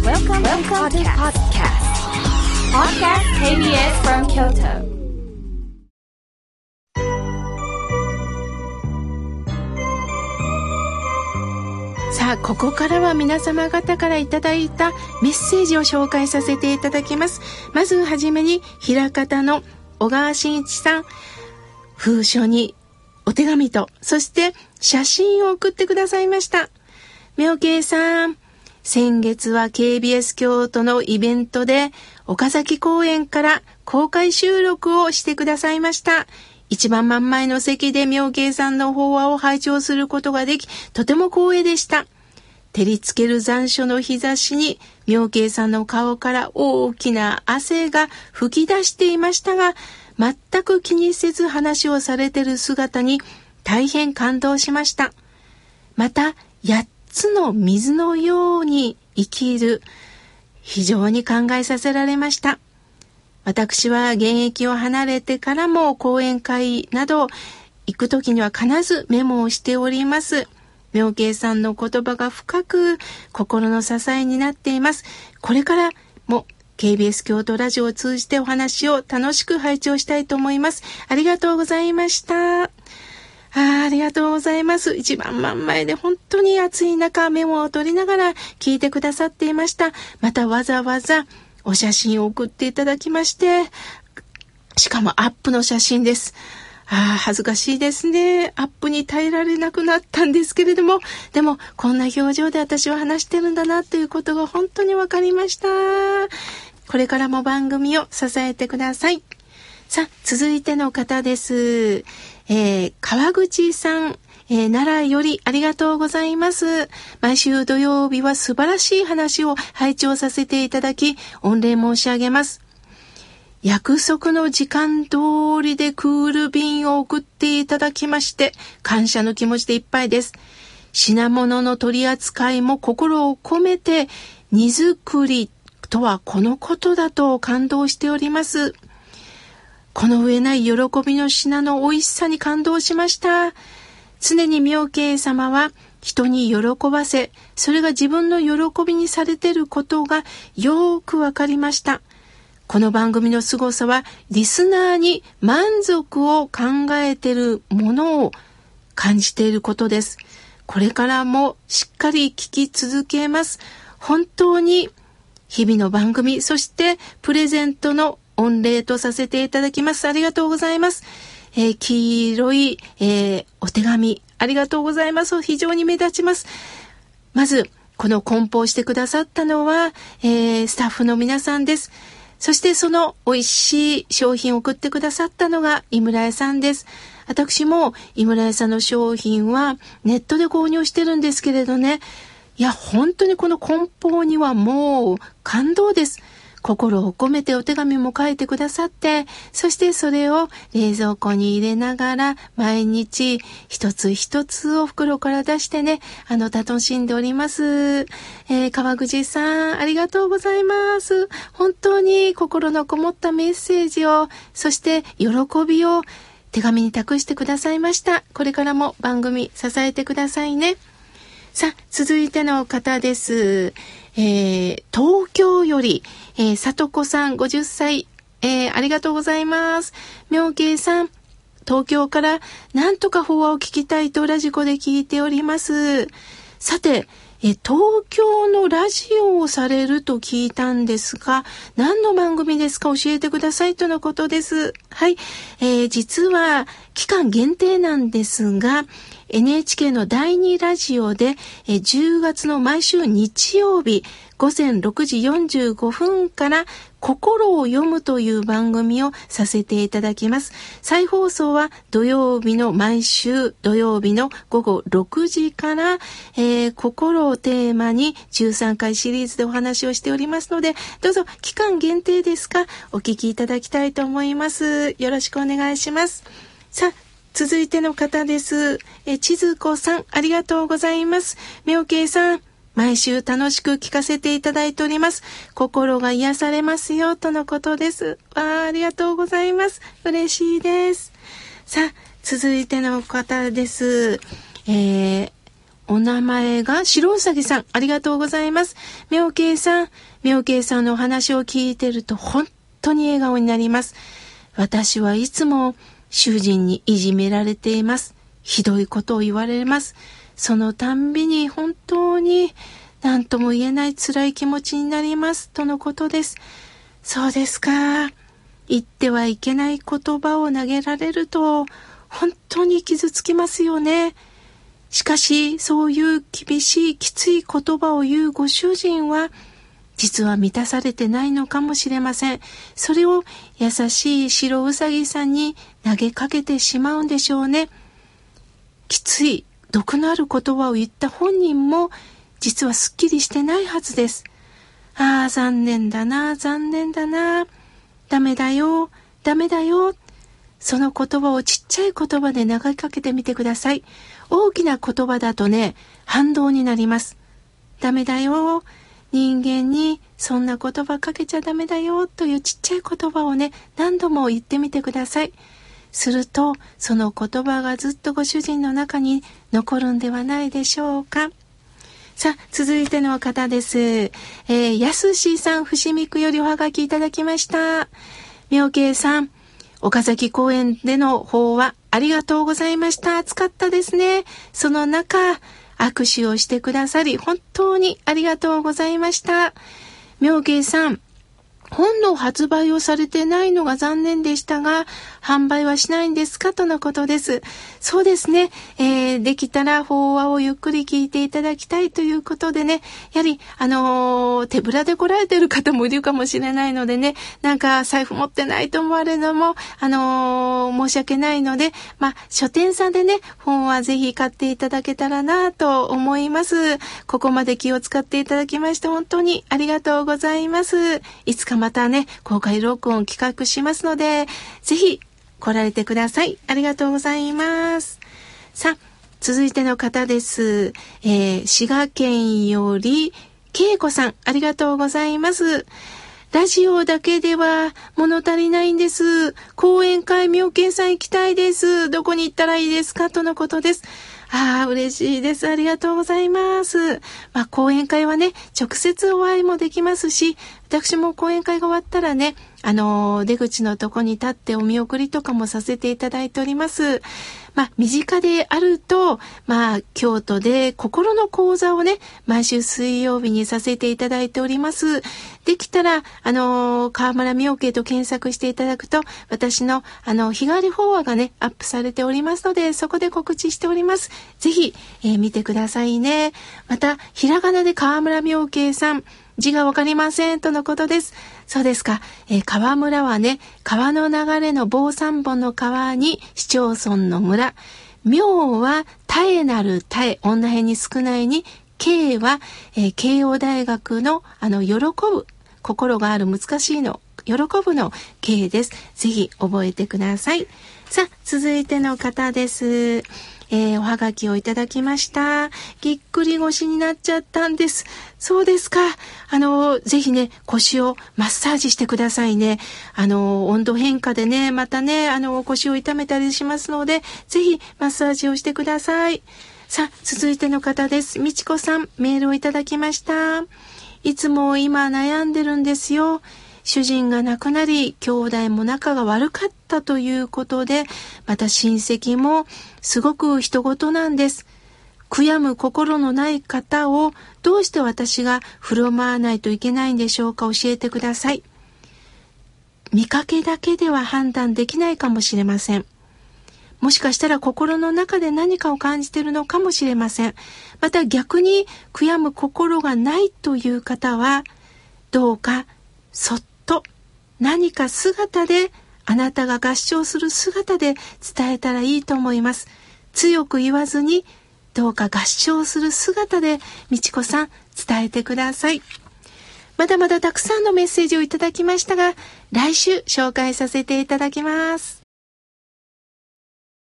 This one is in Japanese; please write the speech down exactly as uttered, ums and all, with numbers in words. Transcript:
Welcome, Welcome to podcast. Podcast ケービーエス from Kyoto. さあ、ここからは皆様方からいただいたメッセージを紹介させていただきます。まずはじめに、枚方の小川真一さん、封書にお手紙と、そして写真を送ってくださいました。みょうけいさん、先月は ケービーエス 京都のイベントで岡崎公園から公開収録をしてくださいました。一番真ん前の席でみょうけいさんの法話を拝聴することができ、とても光栄でした。照りつける残暑の日差しにみょうけいさんの顔から大きな汗が吹き出していましたが、全く気にせず話をされている姿に大変感動しました。また、やっつの水のように生きる、非常に考えさせられました。私は現役を離れてからも講演会など行くときには必ずメモをしております。みょうけいさんの言葉が深く心の支えになっています。これからも ケービーエス 京都ラジオを通じてお話を楽しく拝聴したいと思います。ありがとうございました。あ, ありがとうございます。一番真ん前で本当に暑い中メモを取りながら聞いてくださっていました。またわざわざお写真を送っていただきまして、しかもアップの写真です。ああ、恥ずかしいですね。アップに耐えられなくなったんですけれども、でもこんな表情で私は話してるんだなということが本当に分かりました。これからも番組を支えてください。さあ、続いての方です。えー、川口さん、えー、奈良よりありがとうございます。毎週土曜日は素晴らしい話を拝聴させていただき、御礼申し上げます。約束の時間通りでクール便を送っていただきまして、感謝の気持ちでいっぱいです。品物の取り扱いも心を込めて、荷造りとはこのことだと感動しております。この上ない喜びの品の美味しさに感動しました。常にみょうけい様は人に喜ばせ、それが自分の喜びにされていることがよくわかりました。この番組の凄さはリスナーに満足を考えているものを感じていることです。これからもしっかり聞き続けます。本当に日々の番組、そしてプレゼントの御礼とさせていただきます。ありがとうございます。えー、黄色い、えー、お手紙ありがとうございます。非常に目立ちます。まずこの梱包してくださったのは、えー、スタッフの皆さんです。そしてその美味しい商品を送ってくださったのが井村屋さんです。私も井村屋さんの商品はネットで購入してるんですけれどね、いや本当にこの梱包にはもう感動です。心を込めてお手紙も書いてくださって、そしてそれを冷蔵庫に入れながら毎日一つ一つを袋から出してね、あの楽しんでおります。えー、川口さんありがとうございます。本当に心のこもったメッセージを、そして喜びを手紙に託してくださいました。これからも番組支えてくださいね。さあ、続いての方です。えー、東京より、えー、里子さんごじゅっさい、えー、ありがとうございます。みょうけいさん、東京からなんとか法話を聞きたいとラジコで聞いております。さて、えー、東京のラジオをされると聞いたんですが、何の番組ですか教えてくださいとのことです。はい、えー、実は期間限定なんですが、エヌエイチケー のだいにラジオでえじゅうがつの毎週日曜日ごぜんろくじよんじゅうごふんから心を読むという番組をさせていただきます。再放送は土曜日の毎週土曜日のごごろくじから、えー、心をテーマにじゅうさんかいシリーズでお話をしておりますので、どうぞ期間限定ですがお聞きいただきたいと思います。よろしくお願いします。さあ、続いての方です。え、千鶴子さん、ありがとうございます。みょうけいさん、毎週楽しく聞かせていただいております。心が癒されますよ、とのことです。わあ、ありがとうございます。嬉しいです。さあ、続いての方です。えー、 お名前が白うさぎさん、ありがとうございます。妙慶さん、妙慶さんのお話を聞いてると本当に笑顔になります。私はいつも主人にいじめられています。ひどいことを言われます。そのたんびに本当に何とも言えない辛い気持ちになりますとのことです。そうですか。言ってはいけない言葉を投げられると本当に傷つきますよね。しかしそういう厳しいきつい言葉を言うご主人は実は満たされてないのかもしれません。それを優しい白うさぎさんに投げかけてしまうんでしょうね。きつい毒のある言葉を言った本人も実はすっきりしてないはずです。ああ、残念だな、残念だな。ダメだよ、ダメだよ。その言葉をちっちゃい言葉で投げかけてみてください。大きな言葉だとね、反動になります。ダメだよ。人間にそんな言葉かけちゃダメだよというちっちゃい言葉をね、何度も言ってみてください。すると、その言葉がずっとご主人の中に残るんではないでしょうか。さあ、続いての方です。えー、やすしさん、伏見区よりおはがきいただきました。妙慶さん、岡崎公園での法話ありがとうございました。暑かったですね。その中、握手をしてくださり、本当にありがとうございました。妙慶さん、本の発売をされてないのが残念でしたが、販売はしないんですかとのことです。そうですね、えー、できたら法話をゆっくり聞いていただきたいということでね、やはり、あのー、手ぶらで来られている方もいるかもしれないのでね、なんか財布持ってないと思われるのも、あのー、申し訳ないので、まあ、書店さんでね、本はぜひ買っていただけたらなと思います。ここまで気を使っていただきまして本当にありがとうございます。いつかまたね、公開録音企画しますので、ぜひ来られてください。ありがとうございます。さあ、続いての方です。えー、滋賀県よりけいこさん、ありがとうございます。ラジオだけでは物足りないんです。講演会妙慶さん行きたいです。どこに行ったらいいですかとのことです。ああ、嬉しいです。ありがとうございます。まあ、講演会はね、直接お会いもできますし、私も講演会が終わったらね、あのー、出口のとこに立ってお見送りとかもさせていただいております。まあ、身近であると、まあ、京都で心の講座をね、毎週水曜日にさせていただいております。できたら、あのー、河村妙慶と検索していただくと、私の、あの、日替わり法話がね、アップされておりますので、そこで告知しております。ぜひ、えー、見てくださいね。また、ひらがなで河村妙慶さん、字がわかりませんとのことです。そうですか。えー、川村はね、川の流れの棒三本の川に市町村の村。妙は絶えなる絶え、女編に少ないに、慶は、えー、慶応大学のあの喜ぶ、心がある難しいの、喜ぶの慶です。ぜひ覚えてください。さあ、続いての方です。えー、おはがきをいただきました。ぎっくり腰になっちゃったんです。そうですか。あの、ぜひね、腰をマッサージしてくださいね。あの、温度変化でね、またね、あの、腰を痛めたりしますので、ぜひマッサージをしてください。さあ、続いての方です。みちこさん、メールをいただきました。いつも今悩んでるんですよ。主人が亡くなり、兄弟も仲が悪かったということで、また親戚もすごく人事なんです。悔やむ心のない方をどうして私が振る舞わないといけないんでしょうか。教えてください。見かけだけでは判断できないかもしれません。もしかしたら心の中で何かを感じているのかもしれません。また逆に悔やむ心がないという方は、どうかそっと何か姿で、あなたが合唱する姿で伝えたらいいと思います。強く言わずに、どうか合唱する姿で、みちこさん伝えてください。まだまだたくさんのメッセージをいただきましたが、来週紹介させていただきます。